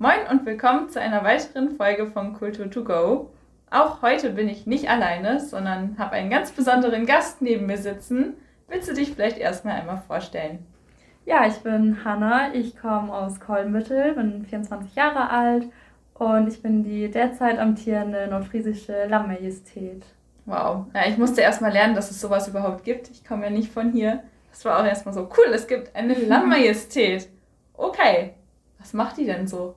Moin und willkommen zu einer weiteren Folge von Kultur to go. Auch heute bin ich nicht alleine, sondern habe einen ganz besonderen Gast neben mir sitzen. Willst du dich vielleicht erstmal einmal vorstellen? Ja, ich bin Hanna, ich komme aus Kollenbüttel, bin 24 Jahre alt und ich bin die derzeit amtierende nordfriesische Lammajestät. Wow, ja, ich musste erstmal lernen, dass es sowas überhaupt gibt. Ich komme ja nicht von hier. Das war auch erstmal so cool, es gibt eine Lammajestät. Okay, was macht die denn so?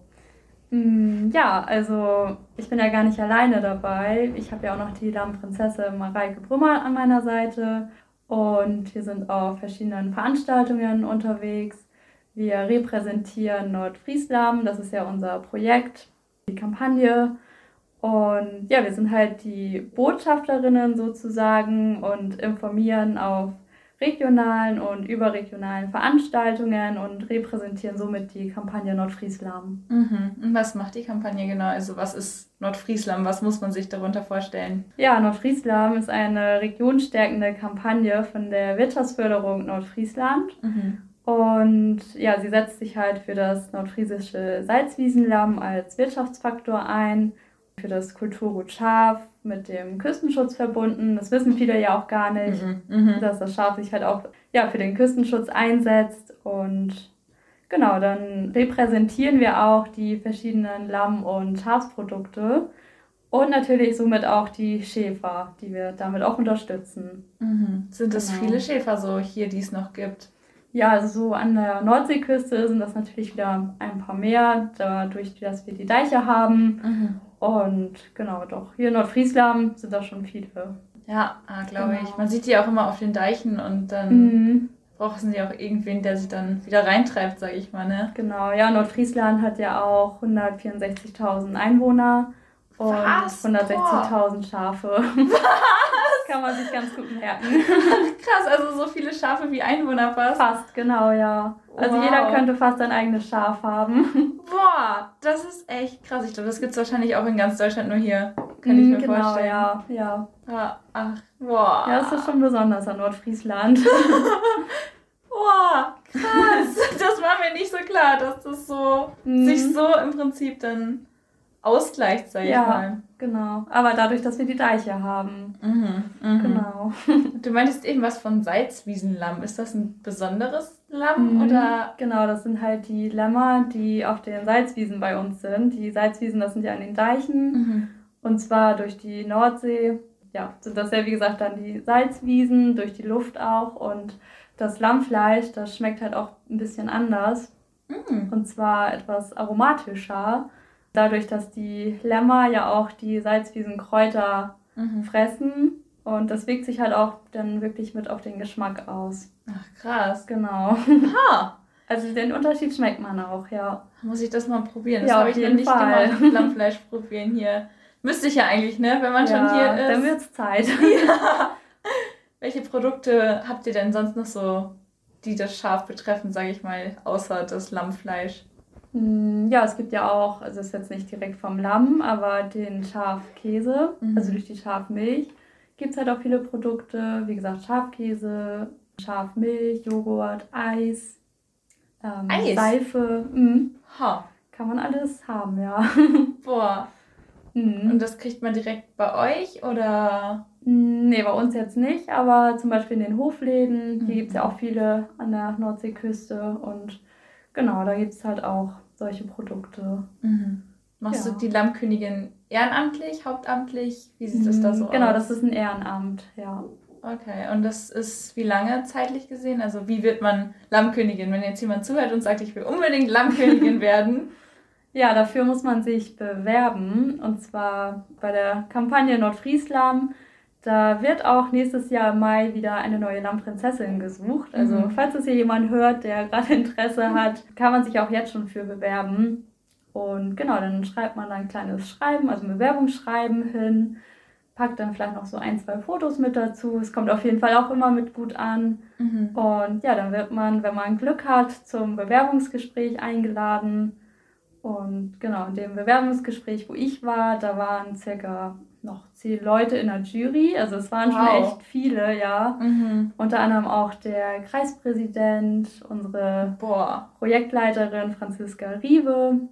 Ja, also ich bin ja gar nicht alleine dabei. Ich habe ja auch noch die Lammprinzessin Mareike Brümmer an meiner Seite und wir sind auf verschiedenen Veranstaltungen unterwegs. Wir repräsentieren Nordfriesland, das ist ja unser Projekt, die Kampagne. Und ja, wir sind halt die Botschafterinnen sozusagen und informieren auf regionalen und überregionalen Veranstaltungen und repräsentieren somit die Kampagne Nordfriesland. Und was macht die Kampagne genau? Also was ist Nordfriesland? Was muss man sich darunter vorstellen? Ja, Nordfriesland ist eine regionsstärkende Kampagne von der Wirtschaftsförderung Nordfriesland. Und ja, sie setzt sich halt für das nordfriesische Salzwiesenlamm als Wirtschaftsfaktor ein, für das Kulturgut Schaf mit dem Küstenschutz verbunden. Das wissen viele ja auch gar nicht, dass das Schaf sich halt auch ja, für den Küstenschutz einsetzt. Und genau, dann repräsentieren wir auch die verschiedenen Lamm- und Schafsprodukte und natürlich somit auch die Schäfer, die wir damit auch unterstützen. Sind es Genau. viele Schäfer so hier, die es noch gibt? Ja, also so an der Nordseeküste sind das natürlich wieder ein paar mehr, dadurch, dass wir die Deiche haben. Und genau, doch hier in Nordfriesland sind das schon viele. Ja, glaube Genau. ich. Man sieht die auch immer auf den Deichen und dann brauchen sie auch irgendwen, der sie dann wieder reintreibt, sage ich mal, ne? Genau, ja, Nordfriesland hat ja auch 164.000 Einwohner und Was? 160.000 Schafe. Das kann man sich ganz gut merken. Krass, also so viele Schafe wie Einwohner fast. Fast, genau, ja. Also Wow. jeder könnte fast ein eigenes Schaf haben. Boah, das ist echt krass. Ich glaube, das gibt es wahrscheinlich auch in ganz Deutschland nur hier. Kann ich mir Genau, vorstellen. ja. Ach, boah. Ja, das ist schon besonders an Nordfriesland. Boah, krass. Das war mir nicht so klar, dass das so sich so im Prinzip dann ausgleicht, sag ich mal. Ja, genau. Aber dadurch, dass wir die Deiche haben. Genau. Du meintest eben was von Salzwiesenlamm. Ist das ein besonderes Lamm oder? Genau, das sind halt die Lämmer, die auf den Salzwiesen bei uns sind. Die Salzwiesen, das sind ja an den Deichen. Und zwar durch die Nordsee. Ja, sind das ja wie gesagt dann die Salzwiesen, durch die Luft auch. Und das Lammfleisch, das schmeckt halt auch ein bisschen anders. Und zwar etwas aromatischer. Dadurch, dass die Lämmer ja auch die Salzwiesenkräuter fressen. Und das wirkt sich halt auch dann wirklich mit auf den Geschmack aus. Ach, krass. Genau. Ha! Also den Unterschied schmeckt man auch, ja. Muss ich das mal probieren? Das Ja, habe auf ich noch jeden nicht Fall. gemacht. Lammfleisch probieren hier. Müsste ich ja eigentlich, ne? Wenn man schon hier ist. Dann wird's Zeit. Ja. Welche Produkte habt ihr denn sonst noch so, die das Schaf betreffen, sage ich mal, außer das Lammfleisch? Ja, es gibt ja auch, also es ist jetzt nicht direkt vom Lamm, aber den Schafkäse, also durch die Schafmilch, gibt es halt auch viele Produkte. Wie gesagt, Schafkäse, Schafmilch, Joghurt, Eis, Eis? Seife. Ha. Kann man alles haben, ja. Boah. Und das kriegt man direkt bei euch oder? Nee, bei uns jetzt nicht, aber zum Beispiel in den Hofläden, hier gibt es ja auch viele an der Nordseeküste und genau, da gibt es halt auch solche Produkte. Machst Ja. du die Lammkönigin ehrenamtlich, hauptamtlich? Wie sieht das da so aus? Genau, das ist ein Ehrenamt, ja. Okay, und das ist wie lange zeitlich gesehen? Also wie wird man Lammkönigin? Wenn jetzt jemand zuhört und sagt, ich will unbedingt Lammkönigin werden. Ja, dafür muss man sich bewerben und zwar bei der Kampagne Nordfriesland. Da wird auch nächstes Jahr im Mai wieder eine neue Lammprinzessin gesucht. Also falls es hier jemand hört, der gerade Interesse hat, kann man sich auch jetzt schon für bewerben. Und genau, dann schreibt man ein kleines Schreiben, also ein Bewerbungsschreiben hin, packt dann vielleicht noch so 1, 2 Fotos mit dazu. Es kommt auf jeden Fall auch immer mit gut an. Und ja, dann wird man, wenn man Glück hat, zum Bewerbungsgespräch eingeladen. Und genau, in dem Bewerbungsgespräch, wo ich war, da waren circa noch 10 Leute in der Jury. Also es waren schon echt viele, ja. Unter anderem auch der Kreispräsident, unsere Projektleiterin Franziska Riewe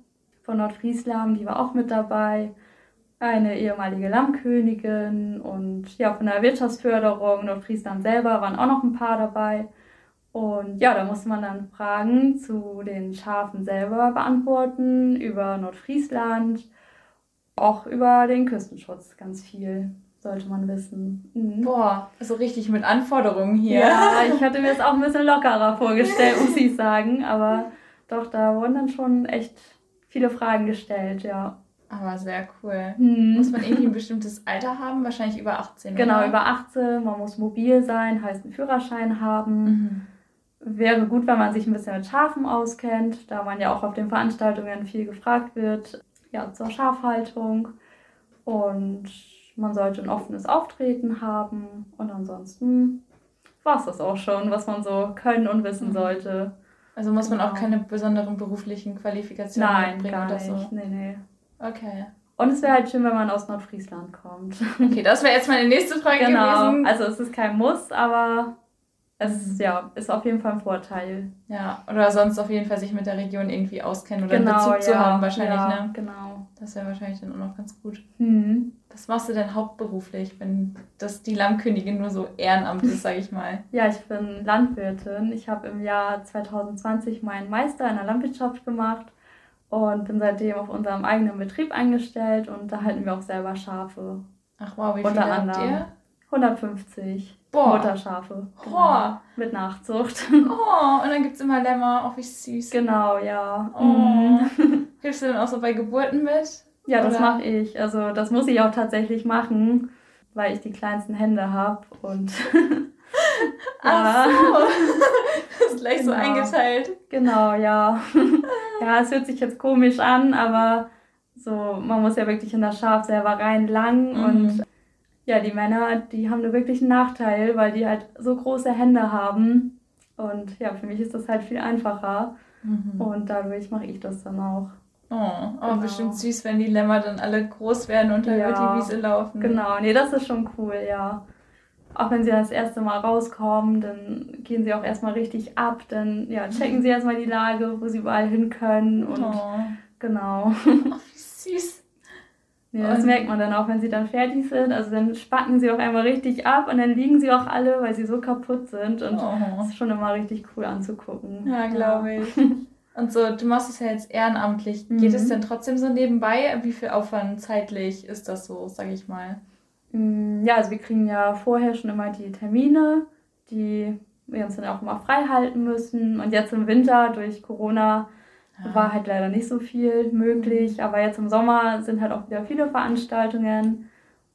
von Nordfriesland, die war auch mit dabei. Eine ehemalige Lammkönigin und ja, von der Wirtschaftsförderung Nordfriesland selber waren auch noch ein paar dabei. Und ja, da musste man dann Fragen zu den Schafen selber beantworten, über Nordfriesland, auch über den Küstenschutz ganz viel, sollte man wissen. Boah, so richtig mit Anforderungen hier. Ja, ich hatte mir das auch ein bisschen lockerer vorgestellt, muss ich sagen, aber doch, da wurden dann schon echt viele Fragen gestellt, ja. Aber sehr cool. Muss man irgendwie ein bestimmtes Alter haben? Wahrscheinlich über 18, Genau, oder? über 18, man muss mobil sein, heißt einen Führerschein haben. Wäre gut, wenn man sich ein bisschen mit Schafen auskennt, da man ja auch auf den Veranstaltungen viel gefragt wird, ja, zur Schafhaltung. Und man sollte ein offenes Auftreten haben. Und ansonsten war es das auch schon, was man so können und wissen sollte. Also muss man auch keine besonderen beruflichen Qualifikationen mitbringen gar oder nicht. so? Nee. Okay. Und es wäre halt schön, wenn man aus Nordfriesland kommt. Okay, das wäre jetzt meine nächste Frage gewesen. Also es ist kein Muss, aber es ist auf jeden Fall ein Vorteil. Ja, oder sonst auf jeden Fall sich mit der Region irgendwie auskennen oder einen Bezug zu haben wahrscheinlich, ne? Genau. Das wäre wahrscheinlich dann auch noch ganz gut. Mhm. Was machst du denn hauptberuflich, wenn das die Lammkönigin nur so Ehrenamt ist, sage ich mal? Ja, ich bin Landwirtin. Ich habe im Jahr 2020 meinen Meister in der Landwirtschaft gemacht und bin seitdem auf unserem eigenen Betrieb eingestellt und da halten wir auch selber Schafe. Ach wow, wie viele habt ihr? 150 Boah. Mutterschafe. Boah. Mit Nachzucht. Oh, und dann gibt es immer Lämmer. Oh, wie süß. Genau, ja. Oh. Hilfst du denn auch so bei Geburten mit? Ja, das mache ich. Also das muss ich auch tatsächlich machen, weil ich die kleinsten Hände habe und Ach so. Das ist gleich so eingeteilt. Genau, ja. Ja, es hört sich jetzt komisch an, aber so, man muss ja wirklich in das Schaf selber reinlangen und ja, die Männer, die haben da wirklich einen Nachteil, weil die halt so große Hände haben und ja, für mich ist das halt viel einfacher und dadurch mache ich das dann auch. Oh, aber bestimmt süß, wenn die Lämmer dann alle groß werden und dann über die Wiese laufen. Genau, nee, das ist schon cool, ja. Auch wenn sie das erste Mal rauskommen, dann gehen sie auch erstmal richtig ab, dann checken sie erstmal die Lage, wo sie überall hin können und genau. Oh, wie süß. Ja, das merkt man dann auch, wenn sie dann fertig sind. Also dann spacken sie auch einmal richtig ab und dann liegen sie auch alle, weil sie so kaputt sind und das ist schon immer richtig cool anzugucken. Ja, glaube ich. Und so, du machst es ja jetzt ehrenamtlich. Geht es denn trotzdem so nebenbei? Wie viel Aufwand zeitlich ist das so, sag ich mal? Ja, also wir kriegen ja vorher schon immer die Termine, die wir uns dann auch immer frei halten müssen. Und jetzt im Winter durch Corona war halt leider nicht so viel möglich. Aber jetzt im Sommer sind halt auch wieder viele Veranstaltungen.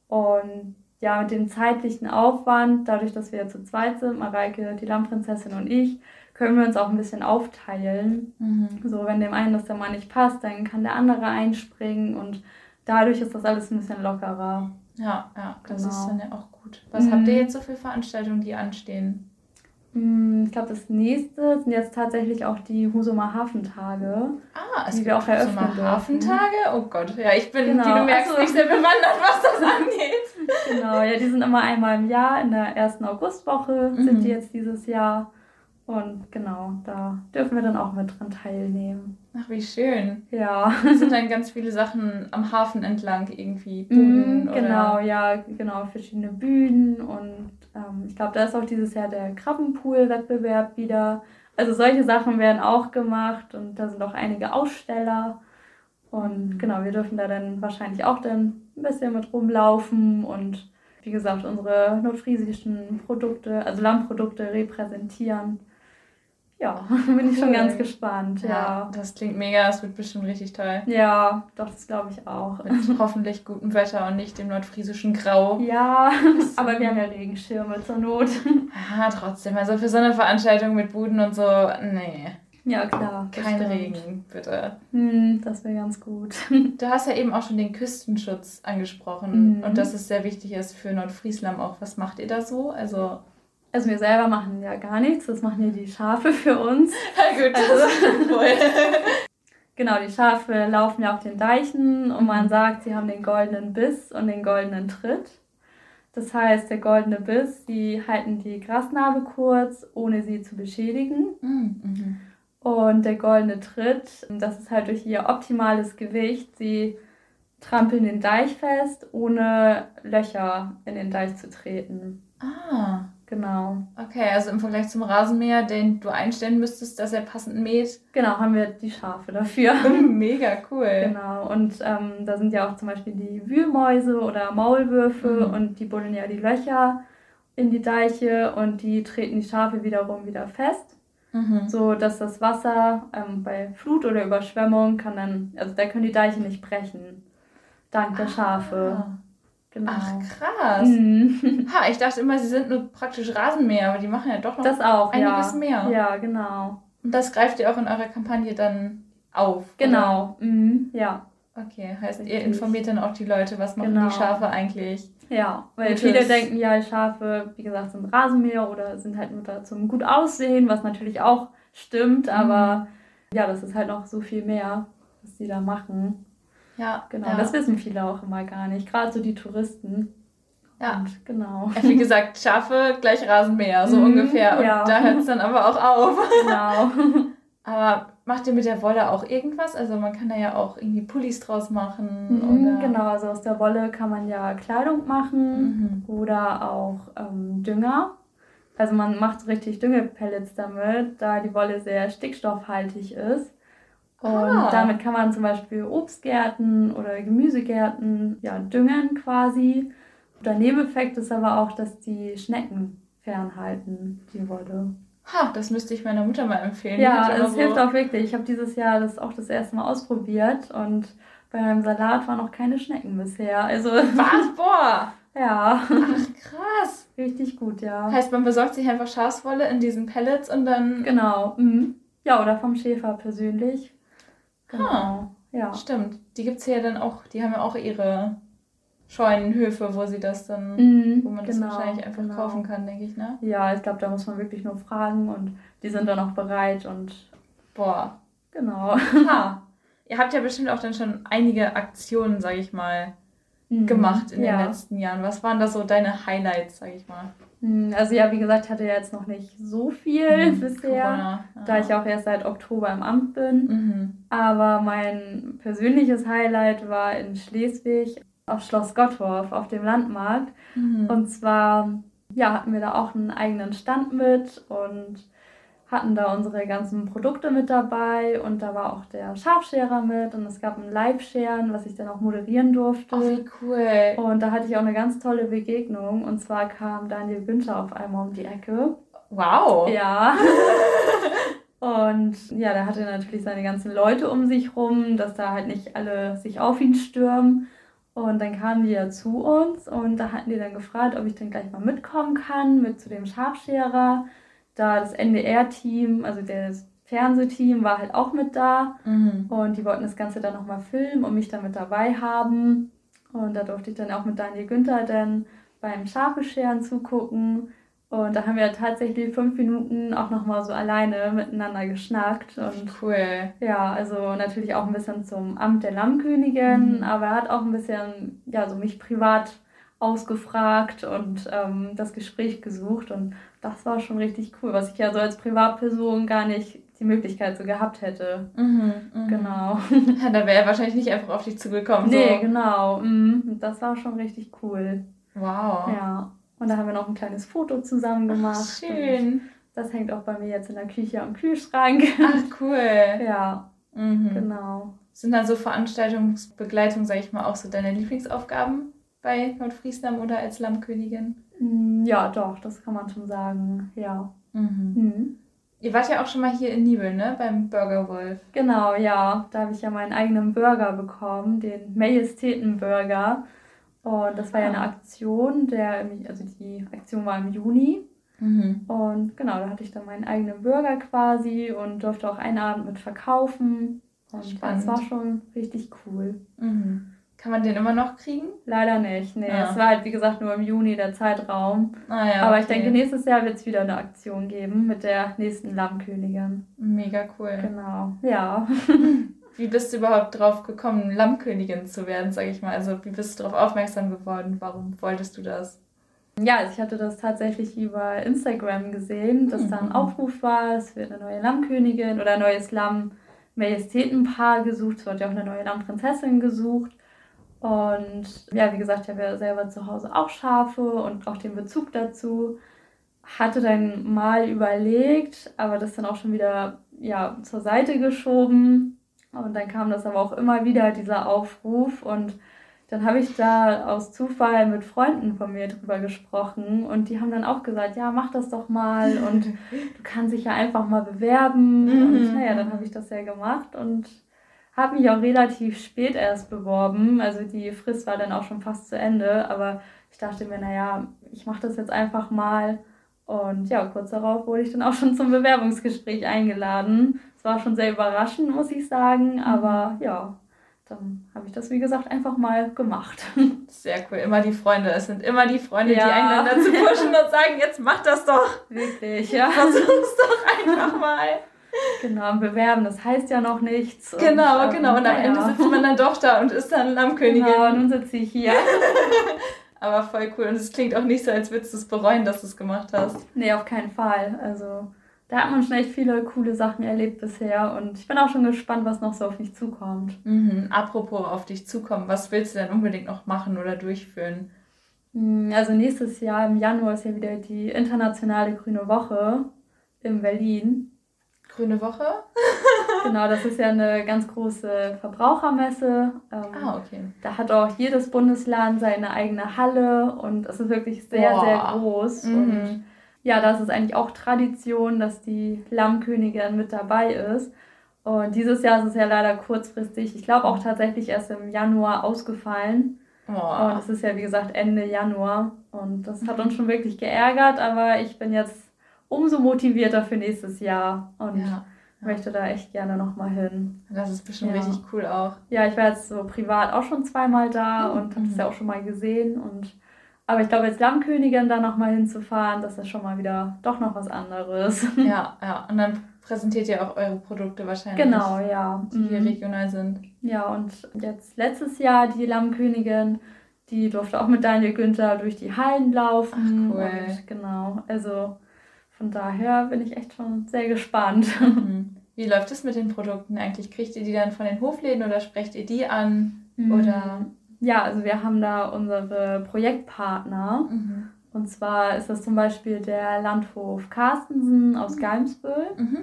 Und ja, mit dem zeitlichen Aufwand, dadurch, dass wir zu zweit sind, Mareike, die Lammprinzessin und ich, können wir uns auch ein bisschen aufteilen. So, wenn dem einen das dann mal nicht passt, dann kann der andere einspringen und dadurch ist das alles ein bisschen lockerer. Ja, das ist dann ja auch gut. Was habt ihr jetzt so für Veranstaltungen, die anstehen? Ich glaube, das nächste sind jetzt tatsächlich auch die Husumer Hafentage. Es gibt auch Husumer Hafentage? Oh Gott, ja, ich bin, wie du merkst, nicht sehr bewandert, was das angeht. Genau, ja, die sind immer einmal im Jahr, in der ersten Augustwoche sind die jetzt dieses Jahr. Und genau, da dürfen wir dann auch mit dran teilnehmen. Ach, wie schön. Ja. Das sind dann ganz viele Sachen am Hafen entlang irgendwie, Bühnen oder? Genau, verschiedene Bühnen und ich glaube, da ist auch dieses Jahr der Krabbenpool-Wettbewerb wieder. Also solche Sachen werden auch gemacht und da sind auch einige Aussteller und genau, wir dürfen da dann wahrscheinlich auch dann ein bisschen mit rumlaufen und wie gesagt, unsere nordfriesischen Produkte, also Lammprodukte repräsentieren. Ja, bin ich schon ganz gespannt. Ja, das klingt mega, das wird bestimmt richtig toll. Ja, doch, das glaube ich auch. Mit hoffentlich gutem Wetter und nicht dem nordfriesischen Grau. Ja, aber wir haben ja Regenschirme zur Not. Ja, trotzdem, also für so eine Veranstaltung mit Buden und so, nee. Ja, klar. Kein Regen, bitte. Das wäre ganz gut. Du hast ja eben auch schon den Küstenschutz angesprochen und dass es sehr wichtig ist für Nordfriesland auch. Was macht ihr da so? Also wir selber machen ja gar nichts, das machen ja die Schafe für uns. Ja gut, das ist voll. Genau, die Schafe laufen ja auf den Deichen und man sagt, sie haben den goldenen Biss und den goldenen Tritt. Das heißt, der goldene Biss, die halten die Grasnarbe kurz, ohne sie zu beschädigen. Und der goldene Tritt, das ist halt durch ihr optimales Gewicht. Sie trampeln den Deich fest, ohne Löcher in den Deich zu treten. Ah, Genau. okay, also im Vergleich zum Rasenmäher, den du einstellen müsstest, dass er passend mäht. Genau, haben wir die Schafe dafür. Mega cool. Genau, und da sind ja auch zum Beispiel die Wühlmäuse oder Maulwürfe und die buddeln ja die Löcher in die Deiche und die treten die Schafe wiederum wieder fest, so dass das Wasser bei Flut oder Überschwemmung da können die Deiche nicht brechen, dank der Schafe. Genau. Ach, krass. Ha, ich dachte immer, sie sind nur praktisch Rasenmäher, aber die machen ja doch noch Das auch, einiges mehr. Ja, genau. Und das greift ihr auch in eurer Kampagne dann auf? Genau, ja. Okay, heißt, Richtig. ihr informiert dann auch die Leute, was machen die Schafe eigentlich? Ja, weil Gutes. viele denken ja, Schafe, wie gesagt, sind Rasenmäher oder sind halt nur da zum gut aussehen, was natürlich auch stimmt, aber ja, das ist halt noch so viel mehr, was die da machen. Ja, Genau, ja. das wissen viele auch immer gar nicht, gerade so die Touristen. Ja. Und genau. Wie gesagt, Schafe gleich Rasenmäher, so ungefähr. Und ja. da hört es dann aber auch auf. Genau. Aber macht ihr mit der Wolle auch irgendwas? Also man kann da ja auch irgendwie Pullis draus machen. Oder... Genau, also aus der Wolle kann man ja Kleidung machen oder auch Dünger. Also man macht so richtig Düngepellets damit, da die Wolle sehr stickstoffhaltig ist. Und damit kann man zum Beispiel Obstgärten oder Gemüsegärten düngen quasi. Der Nebeneffekt ist aber auch, dass die Schnecken fernhalten, die Wolle. Ha, das müsste ich meiner Mutter mal empfehlen. Ja, es hilft auch wirklich. Ich habe dieses Jahr das auch das erste Mal ausprobiert und bei meinem Salat waren noch keine Schnecken bisher. Also was? Boah! Ja. Ach, krass. Richtig gut, ja. Heißt, man besorgt sich einfach Schafswolle in diesen Pellets und dann... Genau. Ja, oder vom Schäfer persönlich. Genau. Ja. Stimmt. Die gibt es ja dann auch, die haben ja auch ihre Scheunenhöfe, wo sie das dann, wo man das wahrscheinlich einfach kaufen kann, denke ich, ne? Ja, ich glaube, da muss man wirklich nur fragen und die sind dann auch bereit und... Boah. Genau. Ha. Ihr habt ja bestimmt auch dann schon einige Aktionen, sage ich mal, gemacht in den letzten Jahren. Was waren da so deine Highlights, sage ich mal? Also ja, wie gesagt, ich hatte ja jetzt noch nicht so viel bisher, Corona. da ich auch erst seit Oktober im Amt bin. Aber mein persönliches Highlight war in Schleswig auf Schloss Gottorf auf dem Landmarkt. Und zwar hatten wir da auch einen eigenen Stand mit und hatten da unsere ganzen Produkte mit dabei und da war auch der Schafscherer mit und es gab ein Live-Scheren, was ich dann auch moderieren durfte. Oh, wie cool. Und da hatte ich auch eine ganz tolle Begegnung und zwar kam Daniel Günther auf einmal um die Ecke. Wow. Ja. Und ja, der hatte natürlich seine ganzen Leute um sich rum, dass da halt nicht alle sich auf ihn stürmen. Und dann kamen die ja zu uns und da hatten die dann gefragt, ob ich dann gleich mal mitkommen kann, mit zu dem Schafscherer. Da das NDR-Team, also das Fernsehteam war halt auch mit da und die wollten das Ganze dann nochmal filmen und mich dann mit dabei haben. Und da durfte ich dann auch mit Daniel Günther dann beim Schafescheren zugucken. Und da haben wir tatsächlich 5 Minuten auch nochmal so alleine miteinander geschnackt. Und cool. Ja, also natürlich auch ein bisschen zum Amt der Lammkönigin, aber er hat auch ein bisschen, so mich privat ausgefragt und das Gespräch gesucht und das war schon richtig cool, was ich ja so als Privatperson gar nicht die Möglichkeit so gehabt hätte. Genau. Ja, da wäre er wahrscheinlich nicht einfach auf dich zugekommen. Nee, so. Genau. Das war schon richtig cool. Wow. Ja. Und da haben wir noch ein kleines Foto zusammen gemacht. Ach, schön. Das hängt auch bei mir jetzt in der Küche am Kühlschrank. Ach, cool. Ja, genau. Sind dann so Veranstaltungsbegleitung, sag ich mal, auch so deine Lieblingsaufgaben bei Nordfriesland oder als Lammkönigin? Ja, doch, das kann man schon sagen, ja. Ihr wart ja auch schon mal hier in Nibel, ne? Beim Burger Wolf. Genau, ja. Da habe ich ja meinen eigenen Burger bekommen, den Majestätenburger. Und das war ja eine Aktion, die Aktion war im Juni. Und genau, da hatte ich dann meinen eigenen Burger quasi und durfte auch einen Abend mit verkaufen. Und Spannend. Das war schon richtig cool. Kann man den immer noch kriegen? Leider nicht, nee. Ja. Es war halt, wie gesagt, nur im Juni der Zeitraum. Ja, aber ich denke, nächstes Jahr wird es wieder eine Aktion geben mit der nächsten Lammkönigin. Mega cool. Genau, ja. Wie bist du überhaupt drauf gekommen, Lammkönigin zu werden, sag ich mal? Also wie bist du darauf aufmerksam geworden? Warum wolltest du das? Ja, also ich hatte das tatsächlich über Instagram gesehen, dass da ein Aufruf war, es wird eine neue Lammkönigin oder ein neues Lamm-Majestätenpaar gesucht. Es wird ja auch eine neue Lammprinzessin gesucht. Und ja, wie gesagt, ich habe ja selber zu Hause auch Schafe und auch den Bezug dazu. Hatte dann mal überlegt, aber das dann auch schon wieder zur Seite geschoben. Und dann kam das aber auch immer wieder, dieser Aufruf. Und dann habe ich da aus Zufall mit Freunden von mir drüber gesprochen. Und die haben dann auch gesagt, ja, mach das doch mal. Und du kannst dich ja einfach mal bewerben. Und naja, dann habe ich das ja gemacht und habe mich auch relativ spät erst beworben. Also die Frist war dann auch schon fast zu Ende. Aber ich dachte mir, naja, ich mache das jetzt einfach mal. Und ja, kurz darauf wurde ich dann auch schon zum Bewerbungsgespräch eingeladen. Es war schon sehr überraschend, muss ich sagen. Aber ja, dann habe ich das, wie gesagt, einfach mal gemacht. Sehr cool. Immer die Freunde. Es sind immer die Freunde, die einen dazu pushen und sagen, jetzt mach das doch. Wirklich, ja. Versuch's doch einfach mal. Genau, bewerben, das heißt ja noch nichts. Genau. Und am Ende sitzt man dann doch da und ist dann Lammkönigin. Genau, und nun sitze ich hier. Aber voll cool. Und es klingt auch nicht so, als würdest du es bereuen, dass du es gemacht hast. Nee, auf keinen Fall. Also da hat man schon echt viele coole Sachen erlebt bisher. Und ich bin auch schon gespannt, was noch so auf mich zukommt. Apropos auf dich zukommen, was willst du denn unbedingt noch machen oder durchführen? Also nächstes Jahr im Januar ist ja wieder die internationale Grüne Woche in Berlin. Grüne Woche? Genau, das ist ja eine ganz große Verbrauchermesse. Okay. Da hat auch jedes Bundesland seine eigene Halle und es ist wirklich sehr, sehr groß. Und ja, da ist es eigentlich auch Tradition, dass die Lammkönigin mit dabei ist. Und dieses Jahr ist es ja leider kurzfristig, ich glaube auch tatsächlich erst im Januar ausgefallen. Und es ist ja, wie gesagt, Ende Januar. Und das hat uns schon wirklich geärgert, aber ich bin jetzt umso motivierter für nächstes Jahr und möchte da echt gerne nochmal hin. Das ist bestimmt richtig cool auch. Ja, ich war jetzt so privat auch schon zweimal da und habe das ja auch schon mal gesehen. Aber ich glaube, als Lammkönigin da nochmal hinzufahren, das ist schon mal wieder doch noch was anderes. Ja. Und dann präsentiert ihr auch eure Produkte wahrscheinlich. Genau, ja. Die hier regional sind. Ja, und jetzt letztes Jahr die Lammkönigin, die durfte auch mit Daniel Günther durch die Hallen laufen. Ach, cool. Und genau, also von daher bin ich echt schon sehr gespannt. Wie läuft es mit den Produkten eigentlich? Kriegt ihr die dann von den Hofläden oder sprecht ihr die an? Oder? Ja, also wir haben da unsere Projektpartner. Und zwar ist das zum Beispiel der Landhof Carstensen aus Geimsbüll.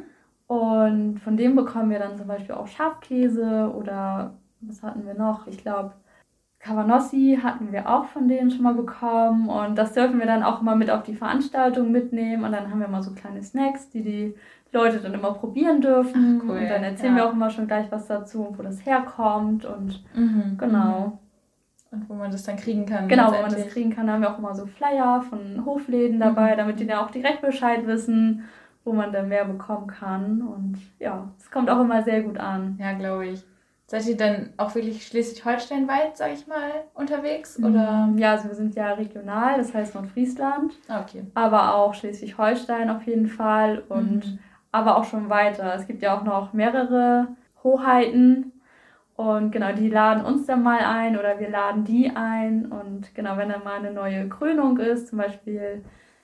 Und von dem bekommen wir dann zum Beispiel auch Schafkäse oder was hatten wir noch? Ich glaube, Cavanossi hatten wir auch von denen schon mal bekommen. Und das dürfen wir dann auch immer mit auf die Veranstaltung mitnehmen. Und dann haben wir immer so kleine Snacks, die Leute dann immer probieren dürfen. Ach, cool. Und dann erzählen wir auch immer schon gleich was dazu, wo das herkommt. Und genau. Und wo man das dann kriegen kann. Genau, wo man das kriegen kann. Da haben wir auch immer so Flyer von Hofläden dabei, damit die dann auch direkt Bescheid wissen, wo man dann mehr bekommen kann. Und ja, es kommt auch immer sehr gut an. Ja, glaube ich. Seid ihr dann auch wirklich schleswig-holstein-weit, sag ich mal, unterwegs? Oder? Ja, also wir sind ja regional, das heißt Nordfriesland. Okay. Aber auch Schleswig-Holstein auf jeden Fall. Und aber auch schon weiter. Es gibt ja auch noch mehrere Hoheiten. Und genau, die laden uns dann mal ein oder wir laden die ein. Und genau, wenn dann mal eine neue Krönung ist, zum Beispiel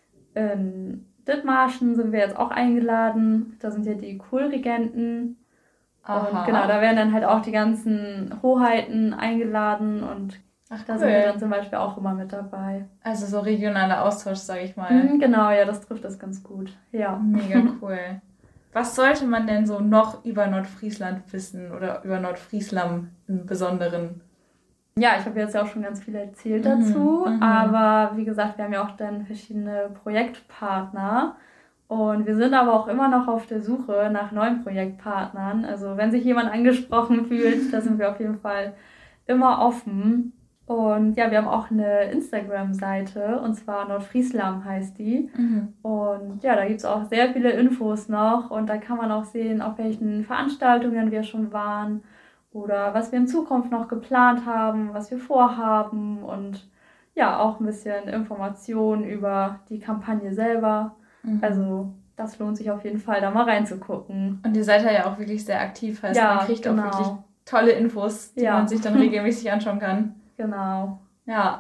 in Dithmarschen sind wir jetzt auch eingeladen. Da sind ja die Kulregenten. Und genau, da werden dann halt auch die ganzen Hoheiten eingeladen und da sind wir dann zum Beispiel auch immer mit dabei. Also so regionaler Austausch, sage ich mal. Genau, ja, das trifft das ganz gut. Ja. Mega cool. Was sollte man denn so noch über Nordfriesland wissen oder über Nordfriesland im Besonderen? Ja, ich habe jetzt ja auch schon ganz viel erzählt dazu, aber wie gesagt, wir haben ja auch dann verschiedene Projektpartner. Und wir sind aber auch immer noch auf der Suche nach neuen Projektpartnern. Also wenn sich jemand angesprochen fühlt, da sind wir auf jeden Fall immer offen. Und ja, wir haben auch eine Instagram-Seite, und zwar Nordfrieslam heißt die. Und ja, da gibt es auch sehr viele Infos noch. Und da kann man auch sehen, auf welchen Veranstaltungen wir schon waren oder was wir in Zukunft noch geplant haben, was wir vorhaben. Und ja, auch ein bisschen Informationen über die Kampagne selber. Also das lohnt sich auf jeden Fall, da mal reinzugucken. Und ihr seid ja auch wirklich sehr aktiv, heißt man kriegt auch wirklich tolle Infos, die man sich dann regelmäßig anschauen kann. Genau. Ja,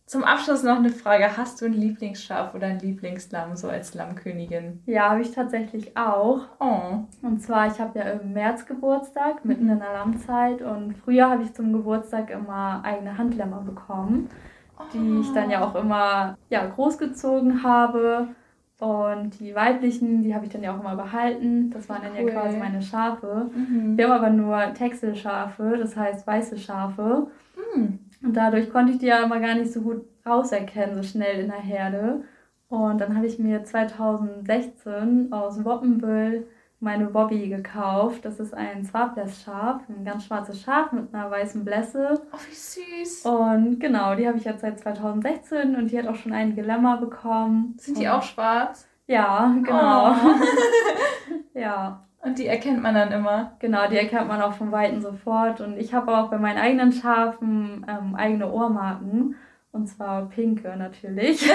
Zum Abschluss noch eine Frage. Hast du ein Lieblingsschaf oder ein Lieblingslamm so als Lammkönigin? Ja, habe ich tatsächlich auch. Oh. Und zwar, ich habe ja im März Geburtstag, mitten in der Lammzeit. Und früher habe ich zum Geburtstag immer eigene Handlämmer bekommen, die ich dann ja auch immer großgezogen habe. Und die weiblichen, die habe ich dann ja auch immer behalten. Das waren dann ja quasi meine Schafe. Wir haben aber nur Texelschafe, das heißt weiße Schafe. Und dadurch konnte ich die ja immer gar nicht so gut rauserkennen, so schnell in der Herde. Und dann habe ich mir 2016 aus Woppenbüll meine Bobby gekauft. Das ist ein Swapless-Schaf, ein ganz schwarzes Schaf mit einer weißen Blässe. Oh, wie süß. Und genau, die habe ich jetzt seit 2016 und die hat auch schon einige Lämmer bekommen. Sind die auch schwarz? Ja, genau. Oh. Ja. Und die erkennt man dann immer? Genau, die erkennt man auch von Weitem sofort. Und ich habe auch bei meinen eigenen Schafen eigene Ohrmarken. Und zwar pinke natürlich.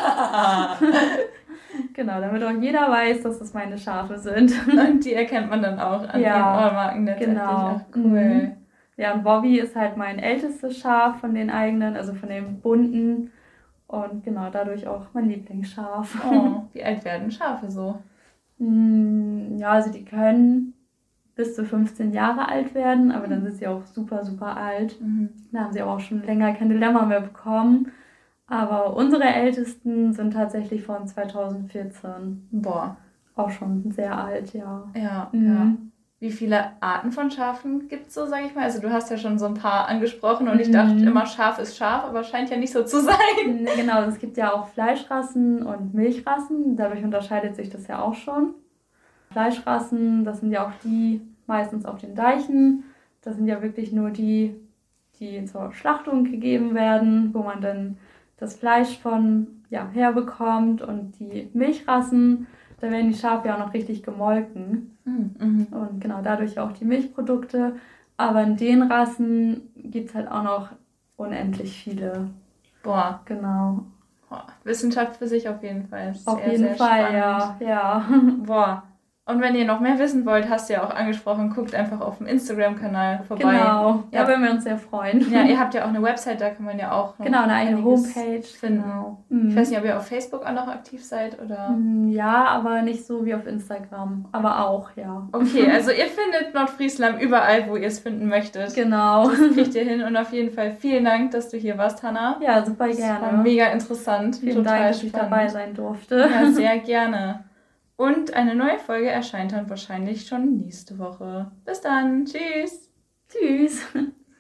Genau, damit auch jeder weiß, dass das meine Schafe sind. Und die erkennt man dann auch an ihren Ohrmarken letztendlich. Genau. Ach, cool. Ja, und Bobby ist halt mein ältestes Schaf von den eigenen, also von den bunten. Und genau, dadurch auch mein Lieblingsschaf. Oh, wie alt werden Schafe so? Ja, also die können bis zu 15 Jahre alt werden, aber dann sind sie auch super, super alt. Da haben sie aber auch schon länger keine Lämmer mehr bekommen. Aber unsere Ältesten sind tatsächlich von 2014. Boah. Auch schon sehr alt, ja. Ja, ja. Wie viele Arten von Schafen gibt es so, sag ich mal? Also du hast ja schon so ein paar angesprochen und ich dachte immer, Schaf ist Schaf, aber scheint ja nicht so zu sein. Genau, es gibt ja auch Fleischrassen und Milchrassen. Dadurch unterscheidet sich das ja auch schon. Fleischrassen, das sind ja auch die meistens auf den Deichen. Das sind ja wirklich nur die, die zur Schlachtung gegeben werden, wo man dann das Fleisch von herbekommt. Und die Milchrassen, da werden die Schafe ja auch noch richtig gemolken. Und genau dadurch auch die Milchprodukte. Aber in den Rassen gibt es halt auch noch unendlich viele. Boah. Genau. Boah. Wissenschaft für sich auf jeden Fall. Auf jeden Fall, spannend. ja. Boah. Und wenn ihr noch mehr wissen wollt, hast du ja auch angesprochen, guckt einfach auf dem Instagram-Kanal vorbei. Genau, da würden wir uns sehr freuen. Ja, ihr habt ja auch eine Website, da kann man ja auch noch eine eigene Homepage finden. Genau. Ich weiß nicht, ob ihr auf Facebook auch noch aktiv seid oder... Ja, aber nicht so wie auf Instagram. Aber auch, ja. Okay, also ihr findet Nordfriesland überall, wo ihr es finden möchtet. Genau. Das kriegt ihr hin und auf jeden Fall vielen Dank, dass du hier warst, Hannah. Ja, super gerne. Das war mega interessant. Vielen total Dank, dass spannend. ich dabei sein durfte. Ja, sehr gerne. Und eine neue Folge erscheint dann wahrscheinlich schon nächste Woche. Bis dann. Tschüss. Tschüss.